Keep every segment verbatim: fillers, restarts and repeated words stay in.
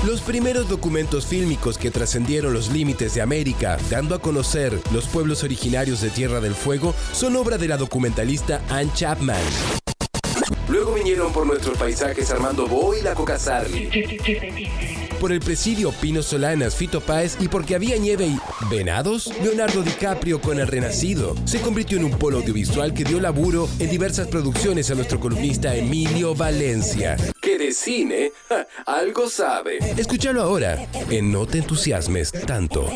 Los primeros documentos fílmicos que trascendieron los límites de América, dando a conocer los pueblos originarios de Tierra del Fuego, son obra de la documentalista Ann Chapman. Luego vinieron por nuestros paisajes Armando Bo y la Coca Sarli. Por el presidio Pino Solanas, Fito Páez y porque había nieve y venados, Leonardo DiCaprio con El Renacido se convirtió en un polo audiovisual que dio laburo en diversas producciones a nuestro columnista Emilio Valencia, que de cine ja, algo sabe. Escúchalo ahora en No te entusiasmes tanto.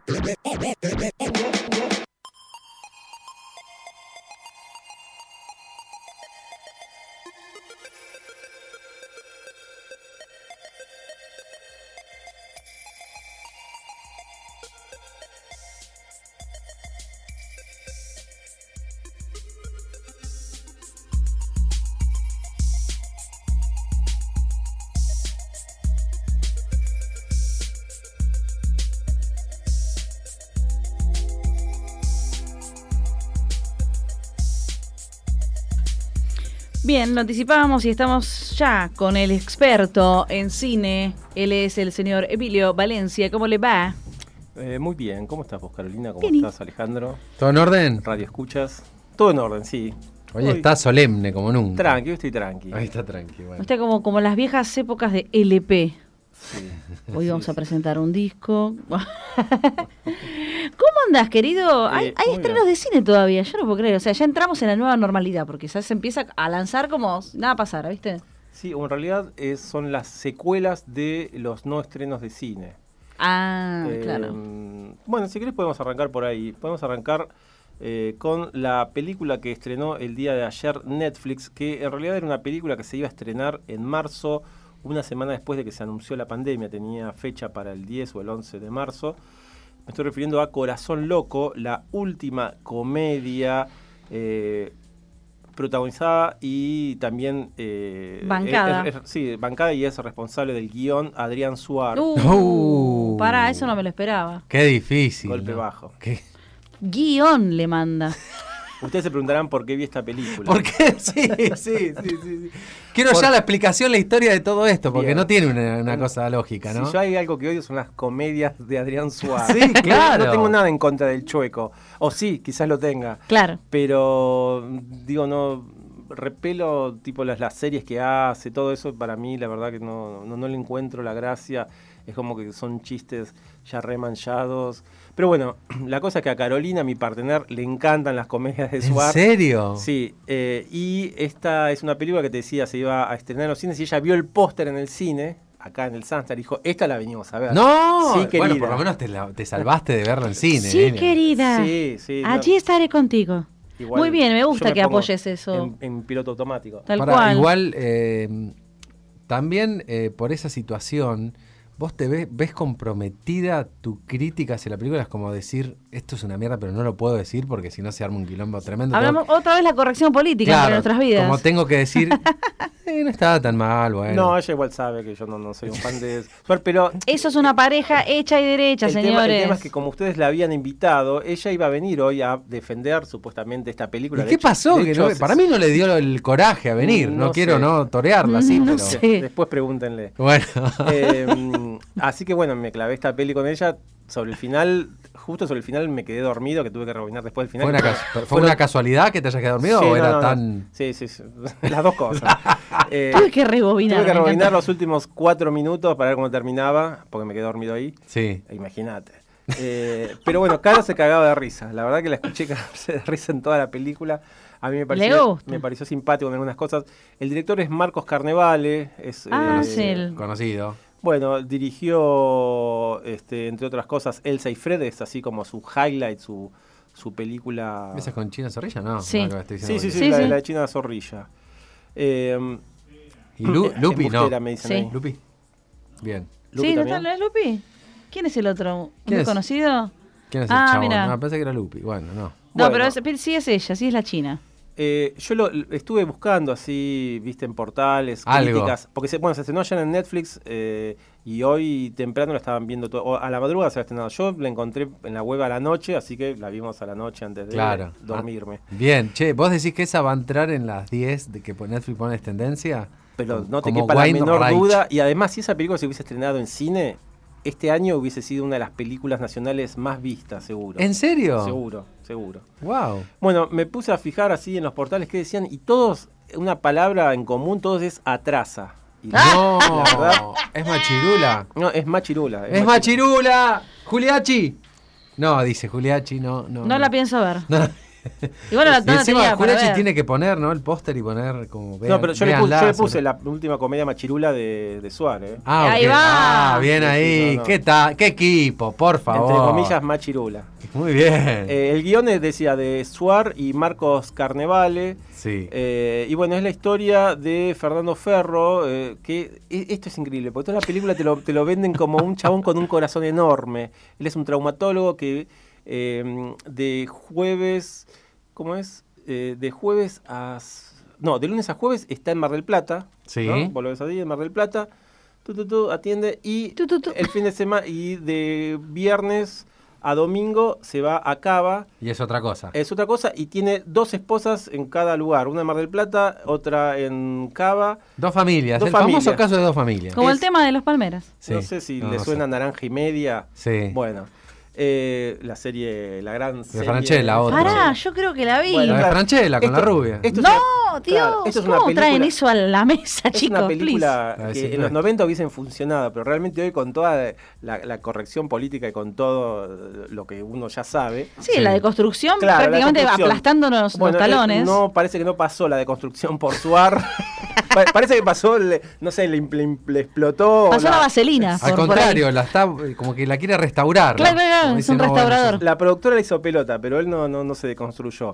Bien, lo anticipábamos y estamos ya con el experto en cine. Él es el señor Emilio Valencia. ¿Cómo le va? Eh, muy bien. ¿Cómo estás vos, Carolina? ¿Cómo Bien. estás, Alejandro? ¿Todo en orden? Radio escuchas. Todo en orden, sí. Hoy, Hoy está solemne como nunca. Tranqui, hoy estoy tranqui. Hoy está tranqui, bueno. Usted como, como las viejas épocas de L P. Sí. Hoy Sí, vamos sí. a presentar un disco. ¿Cómo andás, querido? Hay, Eh, hay muy estrenos bien. de cine todavía, yo no puedo creer. O sea, ya entramos en la nueva normalidad, porque ya se empieza a lanzar como si nada pasara, ¿viste? Sí, o en realidad eh, son las secuelas de los no estrenos de cine. Ah, Eh, claro. Bueno, si querés podemos arrancar por ahí. Podemos arrancar eh, con la película que estrenó el día de ayer Netflix, que en realidad era una película que se iba a estrenar en marzo, una semana después de que se anunció la pandemia. Tenía fecha para el diez o el once de marzo. Me estoy refiriendo a Corazón Loco, la última comedia eh, protagonizada y también... Eh, Bancada. es- es- sí, bancada y es responsable del guión Adrián Suar. Uh, Uh. pará, eso no me lo esperaba. Qué difícil. Golpe ¿no? bajo. ¿Qué? Guión le manda. Ustedes se preguntarán por qué vi esta película. ¿Por qué? Sí, sí, sí, sí, sí. Quiero Por- ya la explicación, la historia de todo esto, porque Bien. no tiene una, una cosa lógica, ¿no? Si yo hay algo que odio son las comedias de Adrián Suárez. Sí, claro. No tengo nada en contra del Chueco. O sí, quizás lo tenga. Claro. Pero, digo, no... Repelo, tipo, las, las series que hace, todo eso, para mí, la verdad que no, no, no le encuentro la gracia. Es como que son chistes ya remanchados. Pero bueno, la cosa es que a Carolina, mi partener, le encantan las comedias de ¿En Suárez. serio? Sí, eh, y esta es una película que te decía se iba a estrenar en los cines y ella vio el póster en el cine, acá en el Sunstar, y dijo, esta la venimos a ver. No, Sí, querida. bueno, por lo menos te, la- te salvaste de verlo en cine. Sí, nene. querida. Sí, sí. no, Allí estaré contigo. igual Muy bien, me yo gusta que pongo apoyes eso. En, en piloto automático. Tal Pará, cual. Igual, eh, también eh, por esa situación, vos te ves, ves comprometida tu crítica hacia la película. Es como decir, esto es una mierda, pero no lo puedo decir porque si no se arma un quilombo tremendo. Hablamos Tengo- otra vez la corrección política Claro, entre nuestras vidas. como tengo que decir, eh, no estaba tan mal, bueno. No, ella igual sabe que yo no, no soy un fan de Suárez, pero Eso es una pareja hecha y derecha, el tema, señores. el tema es que como ustedes la habían invitado, ella iba a venir hoy a defender supuestamente esta película. ¿Y De qué hecho- pasó? de Que hecho, no- se- para mí no le dio el coraje a venir. No No, quiero sé. no torearla así, No pero... sé. de- Después pregúntenle. Bueno. Eh, así que bueno, me clavé esta peli con ella. Sobre el final, justo sobre el final me quedé dormido, que tuve que rebobinar después del final. ¿Fue una, cas- ¿Fue Fueron- una casualidad que te hayas quedado dormido Sí, o no, era no, no. tan...? Sí, sí, sí. Las dos cosas. Eh, Tuve que rebobinar. tuve que me rebobinar encanta. los últimos cuatro minutos para ver cómo terminaba, porque me quedé dormido ahí. Sí. Imagínate. Eh, pero bueno, Caro se cagaba de risa. La verdad que la escuché cagarse de risa en toda la película. A mí me ¿Le pareció, gusta? me pareció simpático en algunas cosas. El director es Marcos Carnevale. Es, Ah, eh, sí, el- Conocido. Bueno, dirigió, este, entre otras cosas, Elsa y Fred, es así como su highlight, su, su película... ¿Esa es con China Zorrilla? No. Sí. no, que me estoy Sí, diciendo sí, sí, cualquier- la, Sí, de sí. la de China Zorrilla. Eh, ¿Y Lu- Lupi no? embustera, me dicen Sí. ahí. ¿Lupi? Bien. ¿Lupi Sí, ¿no también? está Lupi? ¿Quién es el otro? ¿Quién ¿Muy es? conocido? ¿Quién es Ah, el chabón? mirá. No, pensé que era Lupi. Bueno, no. No, Bueno. pero es- sí es ella, sí es la china. Eh, yo lo lo estuve buscando así, viste, en portales, Algo. críticas, porque se, bueno, se estrenó ya en Netflix eh, y hoy temprano la estaban viendo todo, o a la madrugada se ha estrenado. Yo la encontré en la web a la noche, así que la vimos a la noche antes de Claro. dormirme. Bien. Che, ¿vos decís que esa va a entrar en las diez de que Netflix pone tendencia? pero no te Como quepa la Wayne menor Reich. duda. Y además, si esa película se hubiese estrenado en cine, este año hubiese sido una de las películas nacionales más vistas, seguro. ¿En serio? Seguro, seguro. Wow. Bueno, me puse a fijar así en los portales que decían, y todos, una palabra en común, todos es atrasa. Y No, la verdad, es Machirula. no, es machirula. Es Machirula. Juliachi. No, dice Juliachi, no. No, No la pienso ver. No. Igual no la, Y no la encima tenía para Juliachi ver. tiene que poner, ¿no? El póster y poner como. Vean, No, pero yo le, puse, véanla yo le sobre- puse la última comedia machirula de, de Suárez. ¿eh? Ah, Ahí ok. va. Ah, bien Sí, sí, ahí. no, no. ¿Qué tal? ¿Qué equipo? Por favor. Entre comillas, machirula. Muy bien. Eh, el guión es, decía, de Suar y Marcos Carnevale. sí. Eh, y bueno, es la historia de Fernando Ferro, eh, que e- esto es increíble, porque toda la película te lo, te lo venden como un chabón con un corazón enorme. Él es un traumatólogo que eh, de jueves, ¿cómo es? Eh, de jueves a... s- No, de lunes a jueves está en Mar del Plata. Sí. ¿no? Vos lo ves ahí en Mar del Plata. Tu, tu, tu, atiende y Tu, tu, tu. el fin de semana y de viernes a domingo se va a Cava. Y es otra cosa. Es otra cosa y tiene dos esposas en cada lugar, una en Mar del Plata, otra en Cava. Dos familias. Dos el famoso familias. caso de dos familias. Como es- el tema de los Palmeras. Sí. No sé si No, le no suena sé. Naranja y Media. Sí. Bueno, eh, la serie, la gran serie. Franchella, otra. Pará, yo creo que la vi. Bueno, La de claro. Franchella con Esto- la rubia. esto es no, una- Dios, claro, esto es una ¿cómo película- traen eso a la mesa, Es chicos? una Please. película please. que Ah, sí, en los no. noventa hubiesen funcionado, pero realmente hoy con toda la, la corrección política y con todo lo que uno ya sabe. Sí, Sí. la deconstrucción, Claro, la prácticamente construcción. aplastándonos Bueno, los eh, talones. no, parece que no pasó la deconstrucción por Suar. Pa- parece que pasó, le- no sé, le, le- le explotó. Pasó la, vaselina. Al por- por ahí. contrario, la está como que la quiere restaurar. Claro, claro, claro, Como es un dice, no, restaurador. bueno, La productora le hizo pelota, pero él no, no, no se deconstruyó.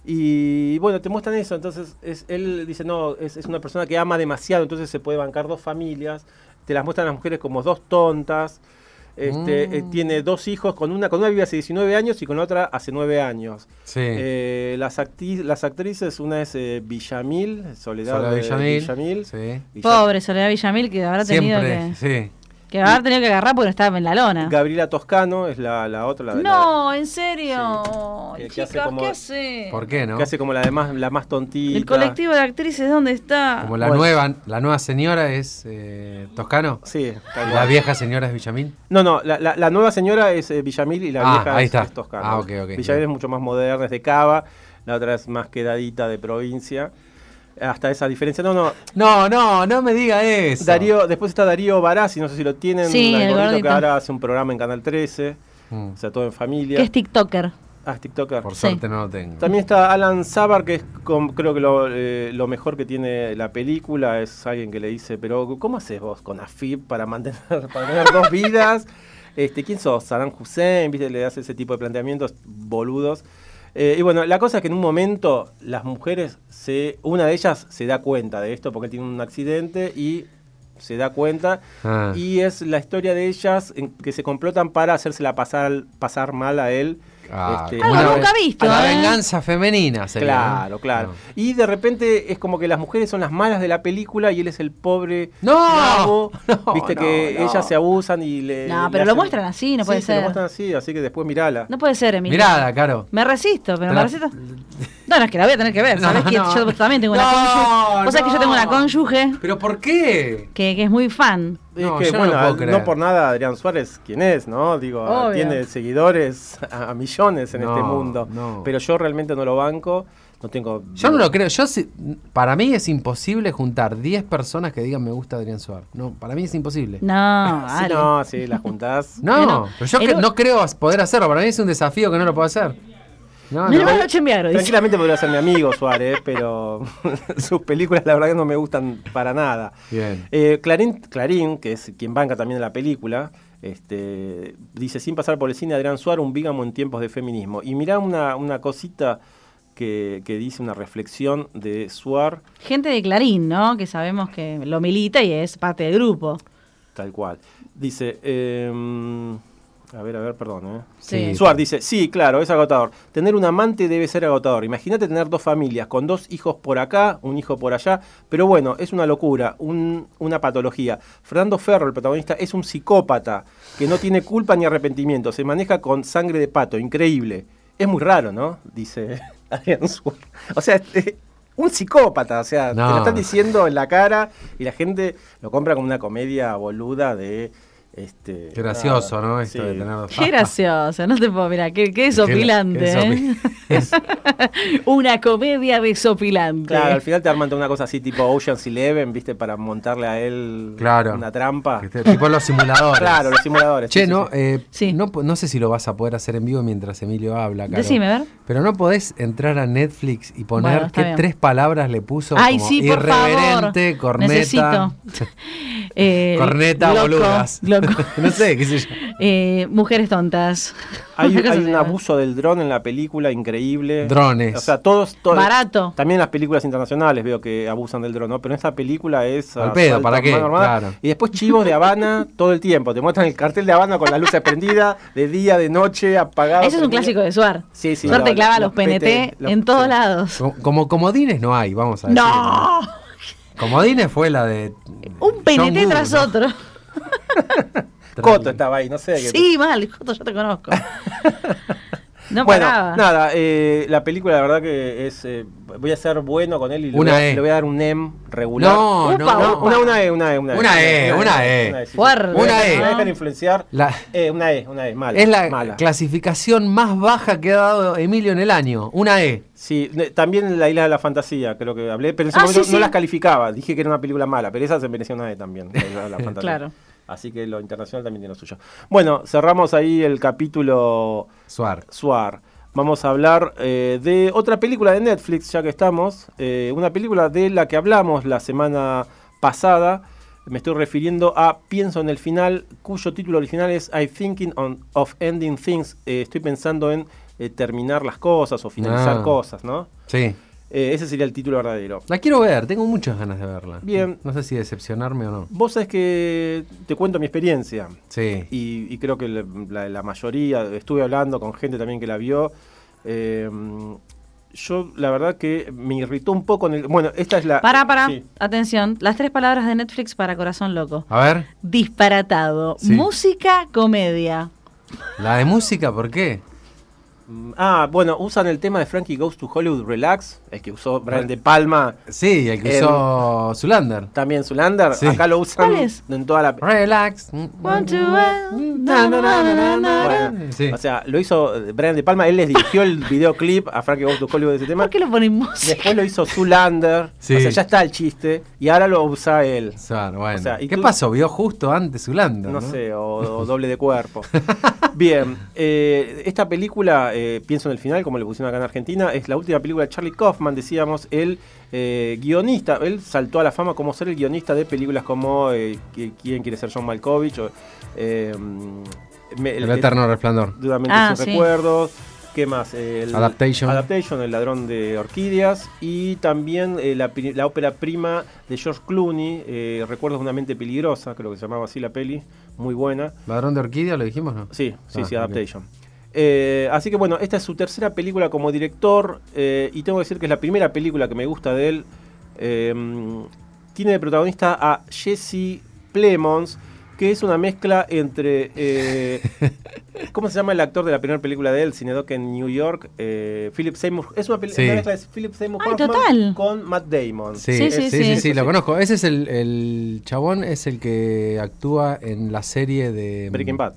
Y bueno, te muestran eso. Entonces, es, él dice, no, es, es una persona que ama demasiado, entonces se puede bancar dos familias. Te las muestran a las mujeres como dos tontas. Este, Mm. eh, tiene dos hijos, con una con una vive hace diecinueve años y con la otra hace nueve años. Sí. Eh, las, acti- las actrices, una es eh, Villamil, Soledad, Soledad de- Villamil. Villamil. Sí. Villa- Pobre Soledad Villamil que habrá tenido Siempre, que, sí. que habrá tenido que agarrar porque no estaba en la lona. Gabriela Toscano es la, la otra, la, la- No, en serio. Sí. Ay, Que- que hace chicas, como- ¿qué hace? ¿Por qué no? que hace como la, de más, la más tontita. El colectivo de actrices, ¿dónde está? Como la Bueno. nueva, la nueva señora es eh, Toscano. Sí, tal La cual. vieja señora es Villamil. No, no, la, la- la nueva señora es eh, Villamil y la Ah, vieja ahí es, está. es Toscano. Ah, ok, ok. Villamil Bien. es mucho más moderna, es de Cava, la otra es más quedadita de provincia. Hasta esa diferencia. No, no. No, no, no me diga eso. Darío, después está Darío Barassi, no sé si lo tienen, Sí, el el gordito que gordito. ahora hace un programa en Canal trece, Mm, o sea, todo en familia. Que es TikToker. Ah, es TikToker. por Sí. suerte no lo tengo. También está Alan Sabar, que es com- creo que lo, eh, lo mejor que tiene la película. Es alguien que le dice, pero ¿cómo haces vos con AFIP para mantener, para tener dos vidas? Este, ¿Quién sos? Saddam Hussein, ¿viste? Le hace ese tipo de planteamientos boludos. Eh, y bueno, la cosa es que en un momento las mujeres, se, una de ellas se da cuenta de esto porque él tiene un accidente y se da cuenta. Ah. Y es la historia de ellas en que se complotan para hacérsela pasar, pasar mal a él. Ah, Este, como Algo una nunca ve- visto, a la ¿eh? venganza femenina sería, Claro, ¿no? claro. No. Y de repente es como que las mujeres son las malas de la película y él es el pobre ¡No! vago. No, Viste no, que no. ellas se abusan y le. No, le pero lo hacen- muestran así, no Sí, puede se lo ser. muestran así, así que después mirala. No puede ser, Emilia. Mirada, Caro. Me resisto, pero Te me la- resisto. No, no, es que la voy a tener que ver. No, ¿Sabes que no. yo también tengo una No, cónyuge? Vos sabés que yo tengo una no. cónyuge ¿Pero por qué? que, que es muy fan. Es No, que, yo no bueno, lo puedo no, creer. por nada Adrián Suárez, ¿quién es? ¿No? Digo, Obvio. tiene seguidores a, a millones en No, este mundo. no. Pero yo realmente no lo banco. No tengo. Yo no lo creo. Yo sí- para mí es imposible juntar diez personas que digan me gusta Adrián Suárez. No, para mí es imposible. No, Sí, vale. no, sí, la juntás. No, Pero- pero yo pero- que- no creo poder hacerlo. Para mí es un desafío que no lo puedo hacer. No, No, no. no, no, Chembiaro, dice. Tranquilamente podría ser mi amigo Suárez, pero sus películas la verdad que no me gustan para nada. Bien. Eh, Clarín, Clarín, que es quien banca también en la película, este, dice, sin pasar por el cine, Adrián Suárez, un bígamo en tiempos de feminismo. Y mirá una, una cosita que, que dice, una reflexión de Suárez, Gente de Clarín, ¿no? Que sabemos que lo milita y es parte del grupo. tal cual. Dice, eh, a ver, a ver, perdón, ¿eh? Sí. Suárez dice, sí, claro, es agotador. Tener un amante debe ser agotador. Imagínate tener dos familias con dos hijos por acá, un hijo por allá. Pero bueno, es una locura, un- una patología. Fernando Ferro, el protagonista, es un psicópata que no tiene culpa ni arrepentimiento. Se maneja con sangre de pato, increíble. Es muy raro, ¿no? Dice Adrián Suárez. O sea, este, un psicópata, o sea, No. te lo están diciendo en la cara y la gente lo compra como una comedia boluda de... Este, Qué gracioso, nada, ¿no? Esto sí. de tener dos- Qué gracioso, no te puedo, mira, qué, qué desopilante. Qué- qué ¿eh? Es- Una comedia desopilante. Claro, al final te arman toda una cosa así tipo Ocean's Eleven, ¿viste? Para montarle a él Claro. una trampa. este, tipo los simuladores. Claro, los simuladores. Che, sí, sí, no, sí. eh, Sí. no, po- no sé si lo vas a poder hacer en vivo mientras Emilio habla, Caro. Decime, a ver. Pero no podés entrar a Netflix y poner Bueno, está qué bien. tres palabras le puso Ay, como sí, por favor. irreverente, corneta. Necesito. Eh, corneta, loco, boludas. loco. No sé, qué sé yo. Eh, mujeres tontas. Hay, Una cosa hay así, un ¿no? abuso del dron en la película increíble. Drones. O sea, todos, todos. Barato. También en las películas internacionales veo que abusan del dron, ¿no? Pero en esta película es. Al pedo, asalto ¿para a qué? mano armada. Claro. Y después chivos de Habana todo el tiempo. Te muestran el cartel de Habana con las luces prendidas, de día, de noche, apagado. Ese es un prendido. clásico de Suar. Sí, sí. Suar te lo- clava los los P N T P T, los- en todos sí. lados. Como, como comodines no hay, vamos a decir. ¡No! Comodines fue la de. Un P N John T Woo, tras ¿no? otro. Coto estaba ahí, no sé. qué- Sí, mal, Joto, yo te conozco. No bueno, paraba. nada, eh, la película la verdad que es... eh, voy a ser bueno con él y le, Una voy a, E. le voy a dar un E M regular. No, Upa, no, No, no. una, una E, una E, una E. Una E, una E. una E, sí, sí. Fuerte, Me voy a Una dejar- E. me voy a dejar influenciar. La- Eh, una E, una E, mala. Es la mala. clasificación más baja que ha dado Emilio en el año. Una E. Sí, ne- también La Isla de la Fantasía, creo que hablé, pero en ese Ah, momento sí, no sí. las calificaba. Dije que era una película mala, pero esa se merecía una E también. La Isla de la Fantasía. Claro. Así que lo internacional también tiene lo suyo. Bueno, cerramos ahí el capítulo Suar. Suar. Vamos a hablar eh, de otra película de Netflix, ya que estamos. Eh, una película de la que hablamos la semana pasada. Me estoy refiriendo a Pienso en el final, cuyo título original es I'm Thinking on, of Ending Things. Eh, estoy pensando en eh, terminar las cosas o finalizar Ah. cosas, ¿no? Sí. Eh, ese sería el título verdadero. La quiero ver, tengo muchas ganas de verla. Bien. No sé si decepcionarme o no. Vos sabés que te cuento mi experiencia. Sí. Y, y creo que la, la- la mayoría, estuve hablando con gente también que la vio. eh, yo la verdad que me irritó un poco en el... Bueno, esta es la... Pará, pará. Sí. Atención. Las tres palabras de Netflix para corazón loco. A ver, Disparatado. Sí. Música, comedia. la de música, ¿por qué? Mm, Ah, bueno, usan el tema de Frankie Goes to Hollywood Relax, el que usó Brian De Palma, Sí, el que El- usó Zulander. también Zulander. Sí. Acá lo usan ¿Cuál es? en toda la... Relax. One, two, one. Na, na, na, na, na, na. Bueno, Sí. O sea, lo hizo eh, Brian De Palma, él les dirigió el videoclip a Frankie Goes to Hollywood de ese tema. ¿Por qué lo ponen música? Después lo hizo Zulander, Sí. o sea, ya está el chiste, y ahora lo usa él. Suar, bueno. O sea, y ¿Qué tú- pasó? ¿Vio justo antes Zulander? No No, sé, o, o doble de cuerpo. Bien, eh, esta película, eh, pienso en el final, como le pusieron acá en Argentina, es la última película de Charlie Kaufman, decíamos, el eh, guionista, él saltó a la fama como ser el guionista de películas como eh, qui- ¿Quién quiere ser John Malkovich? O, eh, me- El eterno resplandor. Duramente Ah, sus sí. recuerdos. ¿Qué más? El, Adaptation. Adaptation, El ladrón de orquídeas. Y también eh, la, pri- la ópera prima de George Clooney, eh, Recuerdos de una mente peligrosa, creo que se llamaba así la peli, muy buena. ¿Ladrón de orquídea lo dijimos, no? Sí, sí, Ah, sí, ok. Adaptation. Eh, así que bueno, esta es su tercera película como director eh, y tengo que decir que es la primera película que me gusta de él. Eh, tiene de protagonista a Jesse Plemons, que es una mezcla entre... eh, ¿cómo se llama el actor de la primera película de él? Cinedoc en New York. Eh, Philip Seymour. Es una, peli- Sí. una mezcla de Philip Seymour Ay, Hoffman total. con Matt Damon. Sí, Sí, sí, sí, sí, sí. sí, lo conozco. Ese es el, el chabón, es el que actúa en la serie de... Breaking Bad.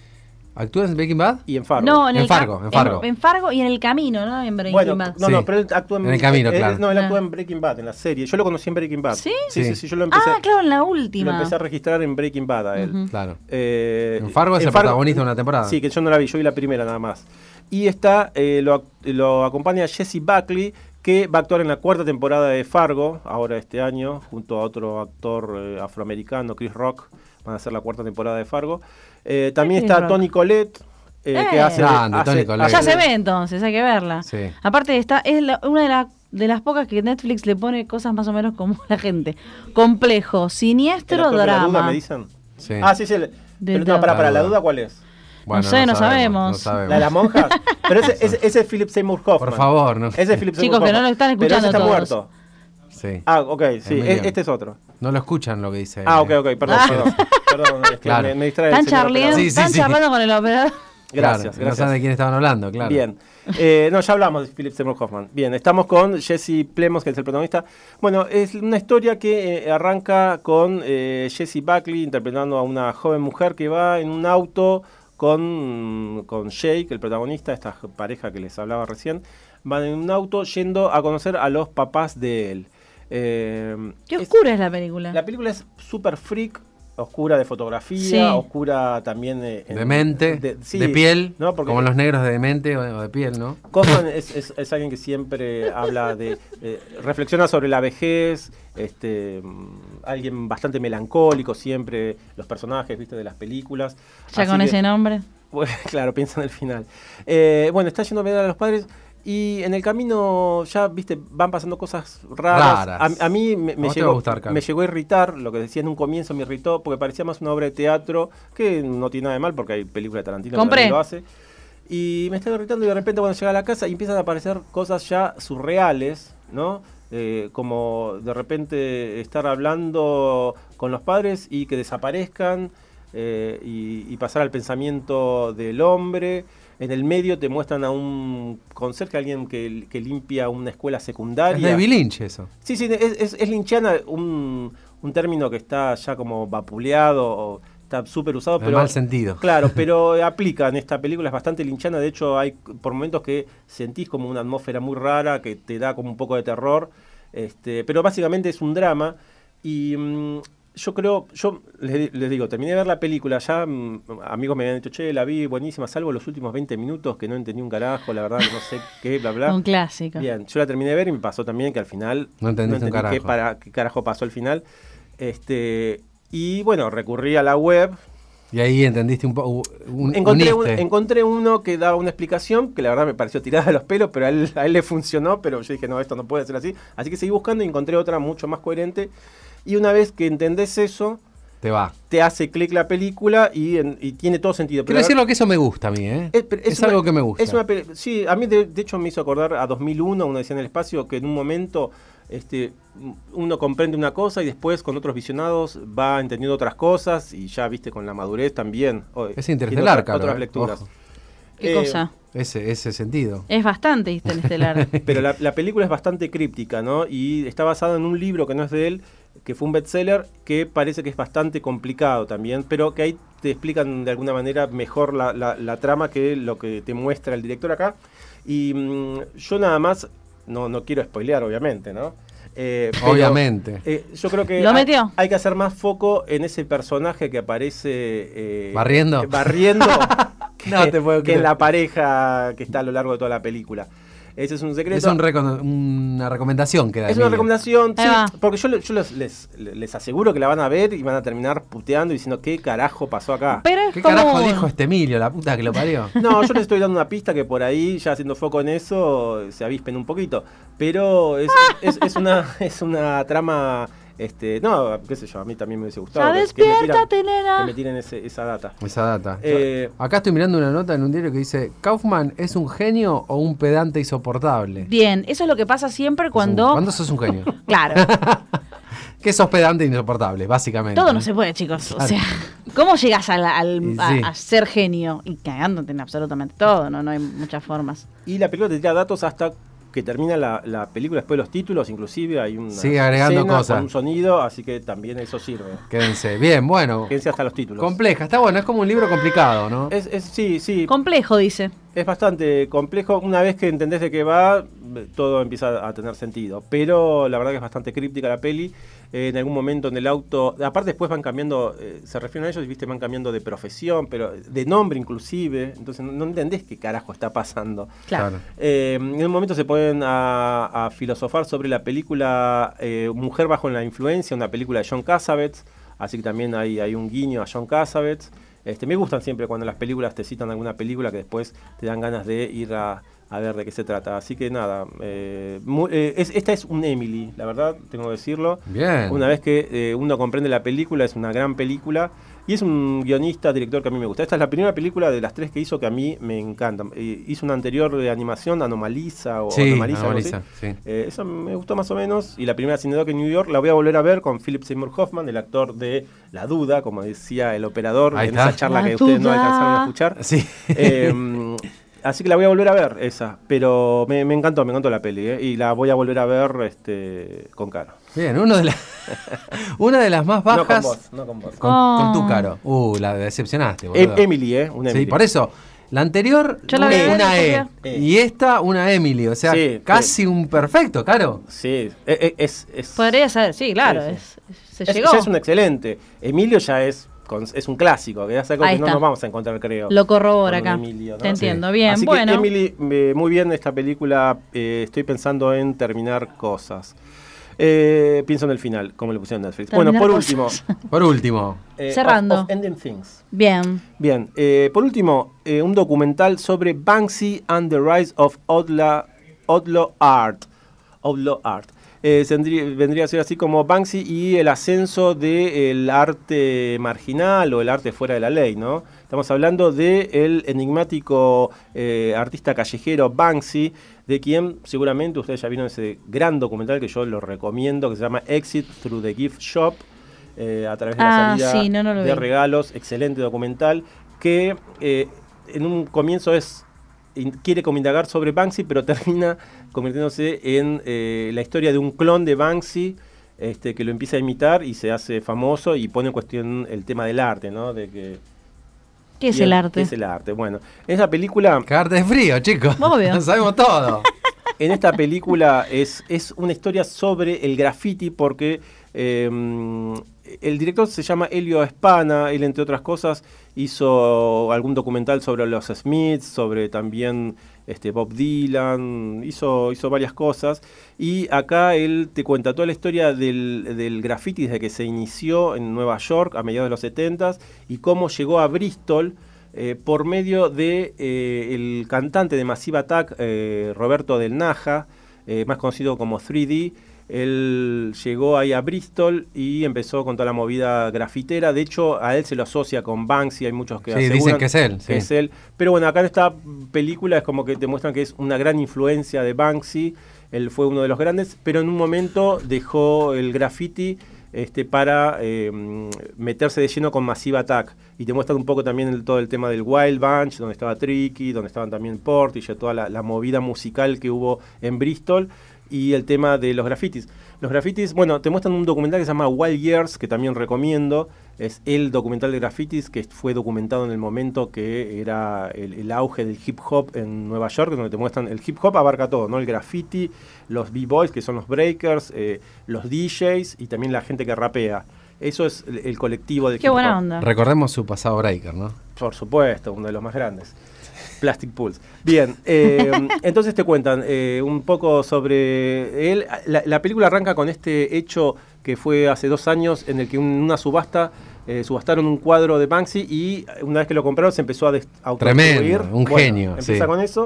¿Actúa en Breaking Bad? Y en Fargo. No, en, En el ca- Fargo, en Fargo. En, Fargo y en el camino, ¿no? En Breaking Bueno, Bad. no, Sí. no, pero él actúa en, En el camino, él- claro. No, él actúa Ah. en Breaking Bad, en la serie. Yo lo conocí en Breaking Bad. ¿Sí? Sí, sí, Sí. sí, yo lo empecé, Ah, claro, en la lo última. empecé a registrar en Breaking Bad a él. Ujú. Claro. Eh, En Fargo es el protagonista de una temporada. Sí, que yo no la vi, yo vi la primera nada más. Y está, eh, lo, ac- lo acompaña Jesse Buckley, que va a actuar en la cuarta temporada de Fargo, ahora este año, junto a otro actor eh, afroamericano, Chris Rock. Van a hacer la cuarta temporada de Fargo. Eh, también Chris está Rock? Tony Collette, eh, Eh. que hace... Grande, hace- Tony Collette. hace- Ya se ve entonces, hay que verla. Sí. Aparte está, es la- una de, la- de las pocas que Netflix le pone cosas más o menos como la gente. Complejo, ¿El siniestro, actor de la duda, drama. me dicen? Sí. Ah, sí, sí. el- De Pero no, para, para, La ¿la duda. duda cuál es? Bueno, sé, no sabemos. No sabemos. ¿La de las monjas? Pero ese, ese, ese es Philip Seymour Hoffman. Por favor, ¿no? Ese es Philip Seymour Chicos, que Hoffman. no lo están Pero ese escuchando está todos. muerto. Sí. Ah, ok, sí, Emilio. e- este es otro. No lo escuchan lo que dice. Ah, él, ok, eh. ok, perdón, Ah. perdón. Perdón, es que Claro. me, me distrae el Están señor charleando, operador. Sí, sí, están sí. charlando con el operador. Gracias, claro, gracias. No saben de quién estaban hablando, claro. Bien. Eh, no, ya hablamos de Philip Seymour Hoffman. Bien, estamos con Jesse Plemons, que es el protagonista. Bueno, es una historia que eh, arranca con eh, Jessie Buckley interpretando a una joven mujer que va en un auto con, con Jake, el protagonista, esta pareja que les hablaba recién. Van en un auto yendo a conocer a los papás de él. Eh, Qué es- oscura es la película. La película es súper freak, oscura de fotografía, Sí. oscura también eh, en- De mente, de, de, sí, piel, ¿no? Porque como los negros de mente o de, o de piel, ¿no? Kaufman es, es, es alguien que siempre habla de, eh, reflexiona sobre la vejez, este, mm, alguien bastante melancólico siempre, los personajes, viste, de las películas. Ya Así con que, ese nombre. bueno, claro, piensa en el final. Eh, bueno, está yendo a ver a los padres y en el camino ya, viste, van pasando cosas raras. Raras. A, a mí me, ¿A me vos te va a llegó, gustar, Carlos? me llegó a irritar, lo que decía en un comienzo me irritó, porque parecía más una obra de teatro, que no tiene nada de mal, porque hay películas de Tarantino Compré. que también lo hace. Y me estaba irritando y de repente cuando llega a la casa y empiezan a aparecer cosas ya surreales, ¿no? Eh, como de repente estar hablando con los padres y que desaparezcan eh, y, y pasar al pensamiento del hombre. En el medio te muestran a un conserje, alguien que, que limpia una escuela secundaria. Es David Lynch eso. Sí, sí, es, es, es lynchiana, un, un término que está ya como vapuleado, o está súper usado. En pero mal sentido. Claro, pero aplica en esta película, es bastante linchana. De hecho, hay por momentos que sentís como una atmósfera muy rara, que te da como un poco de terror. Este, pero básicamente es un drama. Y mmm, yo creo, yo les, les digo, terminé de ver la película, ya mmm, amigos me habían dicho, che, la vi buenísima, salvo los últimos veinte minutos que no entendí un carajo, la verdad, que no sé qué, bla, bla. Un clásico. Bien, yo la terminé de ver y me pasó también que al final No entendiste un qué, carajo. para, qué carajo pasó al final. Este, y bueno, recurrí a la web. Y ahí entendiste un poco. Un, Encontré, un- uniste. encontré uno que daba una explicación que la verdad me pareció tirada de los pelos, pero a él, a él le funcionó, pero yo dije, no, esto no puede ser así. Así que seguí buscando y encontré otra mucho más coherente. Y una vez que entendés eso, Te va. te hace clic la película y, en- y tiene todo sentido. Quiero Pero decirlo que eso me gusta a mí, ¿eh? Es, pero Es, una- algo que me gusta. es una pe- sí, a mí de, de hecho me hizo acordar a dos mil uno, una decía en el espacio, que en un momento este, uno comprende una cosa y después con otros visionados va entendiendo otras cosas y ya, viste, con la madurez también. o- Es tiene interestelar, otra- Caro, otras eh, lecturas. ojo. ¿Qué Eh, cosa? Ese, ese sentido. Es bastante interestelar. Pero la, la película es bastante críptica, ¿no? Y está basada en un libro que no es de él, que fue un bestseller, que parece que es bastante complicado también, pero que ahí te explican de alguna manera mejor la, la- la trama que lo que te muestra el director acá. Y mm, yo nada más, no, no quiero spoilear, obviamente, ¿no? Eh, pero, Obviamente. eh, yo creo que ¿Lo hay, metió? hay que hacer más foco en ese personaje que aparece eh, ¿Barriendo? eh, barriendo que, No te puedo que creer. en la pareja que está a lo largo de toda la película. Ese es un secreto. Es un recono- una recomendación que da Es una Emilio. recomendación, Ahí sí, va. porque yo, le- yo les, les, les aseguro que la van a ver y van a terminar puteando y diciendo qué carajo pasó acá. Pero es ¿Qué como... carajo dijo este Emilio, la puta que lo parió? No, yo les estoy dando una pista que por ahí, ya haciendo foco en eso, se avispen un poquito. Pero es, es, es una, es una trama, este, no, qué sé yo, a mí también me hubiese gustado. Ya que- que me tiran- despiértate, nena. Que me tiren ese- esa data. Esa data. Eh, Acá estoy mirando una nota en un diario que dice: ¿Kaufman es un genio o un pedante insoportable? Bien, eso es lo que pasa siempre cuando... ¿Cuándo sos un genio? Claro, Que sos pedante e insoportable, básicamente. todo no se puede, chicos. O Claro. sea, ¿cómo llegas al, al- Y a, sí. a ser genio? Y cagándote en absolutamente todo, no, no hay muchas formas. y la película te tira datos hasta que termina la, la película, después de los títulos, inclusive hay una Sigue agregando escena cosas. con un sonido, así que también eso sirve. Quédense. Bien, bueno. Quédense hasta los títulos. Compleja, está bueno, es como un libro complicado, ¿no? Es, es- sí, sí, Complejo, dice. es bastante complejo. Una vez que entendés de qué va, todo empieza a tener sentido. Pero la verdad que es bastante críptica la peli. Eh, en algún momento en el auto, aparte después van cambiando, eh, se refieren a ellos y viste, van cambiando de profesión, pero de nombre inclusive. Entonces no, no entendés qué carajo está pasando. Claro. Eh, en un momento se ponen a, a filosofar sobre la película eh, Mujer bajo la influencia, una película de John Cassavetes, así que también hay, hay un guiño a John Cassavetes. Este, me gustan siempre cuando las películas te citan alguna película que después te dan ganas de ir a, a ver de qué se trata. Así que nada, eh, mu- eh, es- esta es un Emily, la verdad, tengo que decirlo. Bien. Una vez que eh, uno comprende la película, es una gran película. Y es un guionista, director que a mí me gusta. Esta es la primera película de las tres que hizo que a mí me encanta. Eh, hizo una anterior de animación, Anomalisa o sí, Anomalisa. Anomalisa, sí. Eh, esa me gustó más o menos. Y la primera Cinedoc en New York la voy a volver a ver con Philip Seymour Hoffman, el actor de La Duda, como decía el operador Ahí en está. esa charla La que ustedes no Duda. alcanzaron a escuchar. Sí. Eh, así que la voy a volver a ver, esa. Pero me, me encantó, me encantó la peli. Eh, y la voy a volver a ver este, con Caro. Bien, uno de la, una de las más bajas. No con vos, no con vos. Con, Oh. con tu Caro. Uh, la decepcionaste, Em- boludo. Emily, ¿eh? Una Emily. Sí, por eso. La anterior, Yo la una, vi, una la E. vi. Y esta, una Emily. O sea, Sí, casi un perfecto, Caro. Sí, e- e- es... es Podría ser, sí, claro. Sí, sí. es- es- se es- llegó. ya es un excelente. Emilio ya es, con- es un clásico, que es algo Ahí que no está. nos vamos a encontrar, creo. Lo corrobora con un acá. Emilio, ¿no? Te entiendo. Sí. Bien, Así bueno. que Emily, eh, muy bien esta película. Eh, estoy pensando en terminar cosas. Eh, pienso en el final, como le pusieron en Netflix. Terminar bueno, por cosas. último. Por último. eh, Cerrando. Of, of Ending Things. Bien. Bien, eh, por último, eh, un documental sobre Banksy and the Rise of Outlaw, Outlaw Art. Outlaw Art. Eh, vendría, vendría a ser así como Banksy y el ascenso del arte marginal o el arte fuera de la ley, ¿no? Estamos hablando del enigmático eh, artista callejero Banksy, de quien seguramente ustedes ya vieron ese gran documental que yo lo recomiendo, que se llama Exit Through the Gift Shop, eh, a través de Ah, la salida sí, no, no lo de vi. regalos. Excelente documental, que eh, en un comienzo es in- quiere como indagar sobre Banksy, pero termina convirtiéndose en eh, la historia de un clon de Banksy, este, que lo empieza a imitar y se hace famoso y pone en cuestión el tema del arte, ¿no? De que, ¿Qué es y el arte? ¿Qué es el arte? Bueno, en esa película, Cagarte de frío, chicos. Obvio. Lo sabemos todo. en esta película es, es una historia sobre el graffiti, porque eh, el director se llama Elio Espana. Él, entre otras cosas, hizo algún documental sobre los Smiths, sobre también este, Bob Dylan, hizo, hizo varias cosas. Y acá él te cuenta toda la historia del, del graffiti desde que se inició en Nueva York a mediados de los setentas y cómo llegó a Bristol eh, por medio de eh, el cantante de Massive Attack, eh, Roberto Del Naja, eh, más conocido como tres D. Él llegó ahí a Bristol y empezó con toda la movida grafitera. De hecho, a él se lo asocia con Banksy. Hay muchos que Sí, aseguran dicen que es él, que sí. es él. Pero bueno, acá en esta película es como que te muestran que es una gran influencia de Banksy. Él fue uno de los grandes, pero en un momento dejó el graffiti este, para eh, meterse de lleno con Massive Attack. Y te muestran un poco también el, todo el tema del Wild Bunch, donde estaba Tricky, donde estaban también Portishead, toda la, la movida musical que hubo en Bristol. Y el tema de los grafitis. Los grafitis, bueno, te muestran un documental que se llama Wild Years, que también recomiendo. Es el documental de grafitis que fue documentado en el momento que era el, el auge del hip hop en Nueva York, donde te muestran, el hip hop abarca todo, ¿no? El graffiti, los b-boys, que son los breakers, eh, los D Js y también la gente que rapea. Eso es el, el colectivo del Qué hip buena hop. onda. Recordemos su pasado breaker, ¿no? Por supuesto, uno de los más grandes. Plastic Pools. Bien, eh, entonces te cuentan eh, un poco sobre él. La, la película arranca con este hecho que fue hace dos años en el que en una subasta eh, subastaron un cuadro de Banksy y una vez que lo compraron se empezó a des- autodestruir. Tremendo, un Bueno, genio, Empieza sí. con eso.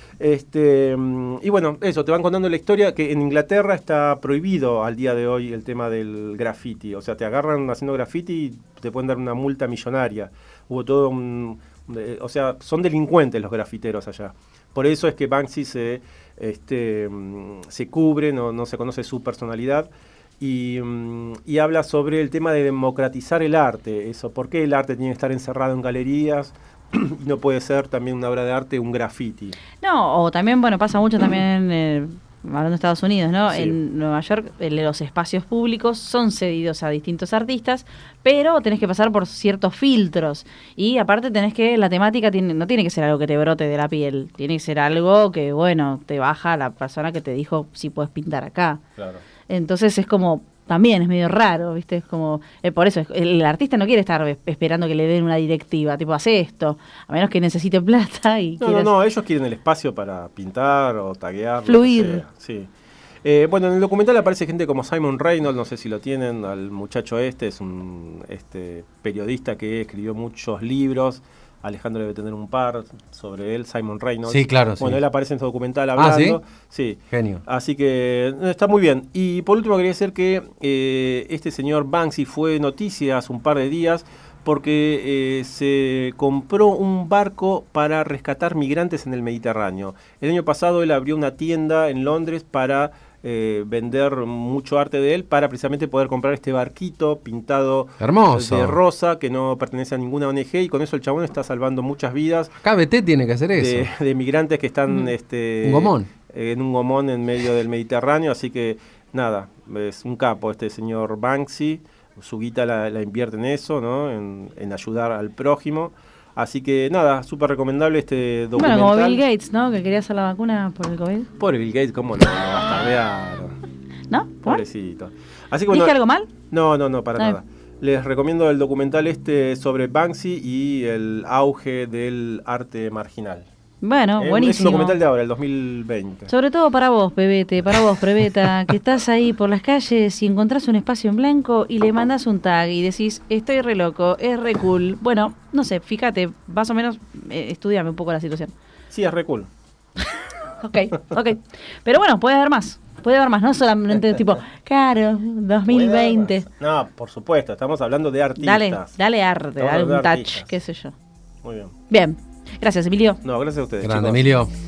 Este, mm, y bueno, eso, te van contando la historia que en Inglaterra está prohibido al día de hoy el tema del graffiti. O sea, te agarran haciendo graffiti y te pueden dar una multa millonaria. Hubo todo un... de- o sea, son delincuentes los grafiteros allá. Por eso es que Banksy se, este, mm, se cubre, no, no se conoce su personalidad. Y, mm, y habla sobre el tema de democratizar el arte. Eso, ¿por qué el arte tiene que estar encerrado en galerías? Y no puede ser también una obra de arte un graffiti. No, o también, bueno, pasa mucho también, eh, hablando de Estados Unidos, ¿no? Sí. En Nueva York eh, los espacios públicos son cedidos a distintos artistas, pero tenés que pasar por ciertos filtros. Y aparte tenés que, la temática tiene, no tiene que ser algo que te brote de la piel, tiene que ser algo que, bueno, te baja la persona que te dijo si puedes pintar acá. Claro. Entonces es como, también es medio raro, ¿viste? Es como, eh, por eso, es- el artista no quiere estar es- esperando que le den una directiva, tipo, hace esto, a menos que necesite plata y No, quieras- no, no, ellos quieren el espacio para pintar o taguear. lo que Fluir. sea, sí. Eh, bueno, en el documental aparece gente como Simon Reynolds, no sé si lo tienen, al muchacho este, es un este, periodista que escribió muchos libros. Alejandro debe tener un par sobre él, Simon Reynolds. Sí, claro, sí. Bueno, él aparece en su documental Ah, hablando. ¿sí? Genio. Así que eh, está muy bien. Y por último quería decir que eh, este señor Banksy fue noticia hace un par de días porque eh, se compró un barco para rescatar migrantes en el Mediterráneo. El año pasado él abrió una tienda en Londres para eh, vender mucho arte de él, para precisamente poder comprar este barquito pintado Hermoso. de rosa, que no pertenece a ninguna O N G, y con eso el chabón está salvando muchas vidas. K B T tiene que hacer de, eso. de migrantes que están... Mm. este, Un gomón. en un gomón en medio del Mediterráneo, así que nada, es un capo este señor Banksy. Su guita la, la invierte en eso, ¿no? En, en ayudar al prójimo. Así que nada, súper recomendable este documental. Bueno, como Bill Gates, ¿no? Que quería hacer la vacuna por el COVID. Pobre Bill Gates, cómo no, lo bastardearon. ¿No? Pobrecito. Así que bueno, ¿Dije algo mal? No, no, no, para Ay. nada. Les recomiendo el documental este sobre Banksy y el auge del arte marginal. Bueno, Eh, buenísimo. Es un documental de ahora, el dos mil veinte. Sobre todo para vos, Pebete, para vos, Prebeta, que estás ahí por las calles y encontrás un espacio en blanco y le mandás un tag y decís, estoy re loco, es re cool. Bueno, no sé, fíjate, más o menos, eh, estudiame un poco la situación. Sí, es re cool. Ok, ok. Pero bueno, puede haber más. Puede haber más, no solamente tipo, claro, dos mil veinte. No, por supuesto, estamos hablando de artistas. Dale, dale arte, Estamos dale un hablando de touch, artistas. qué sé yo. Muy bien. Bien, gracias, Emilio. No, gracias a ustedes. Grande, chicos. Emilio.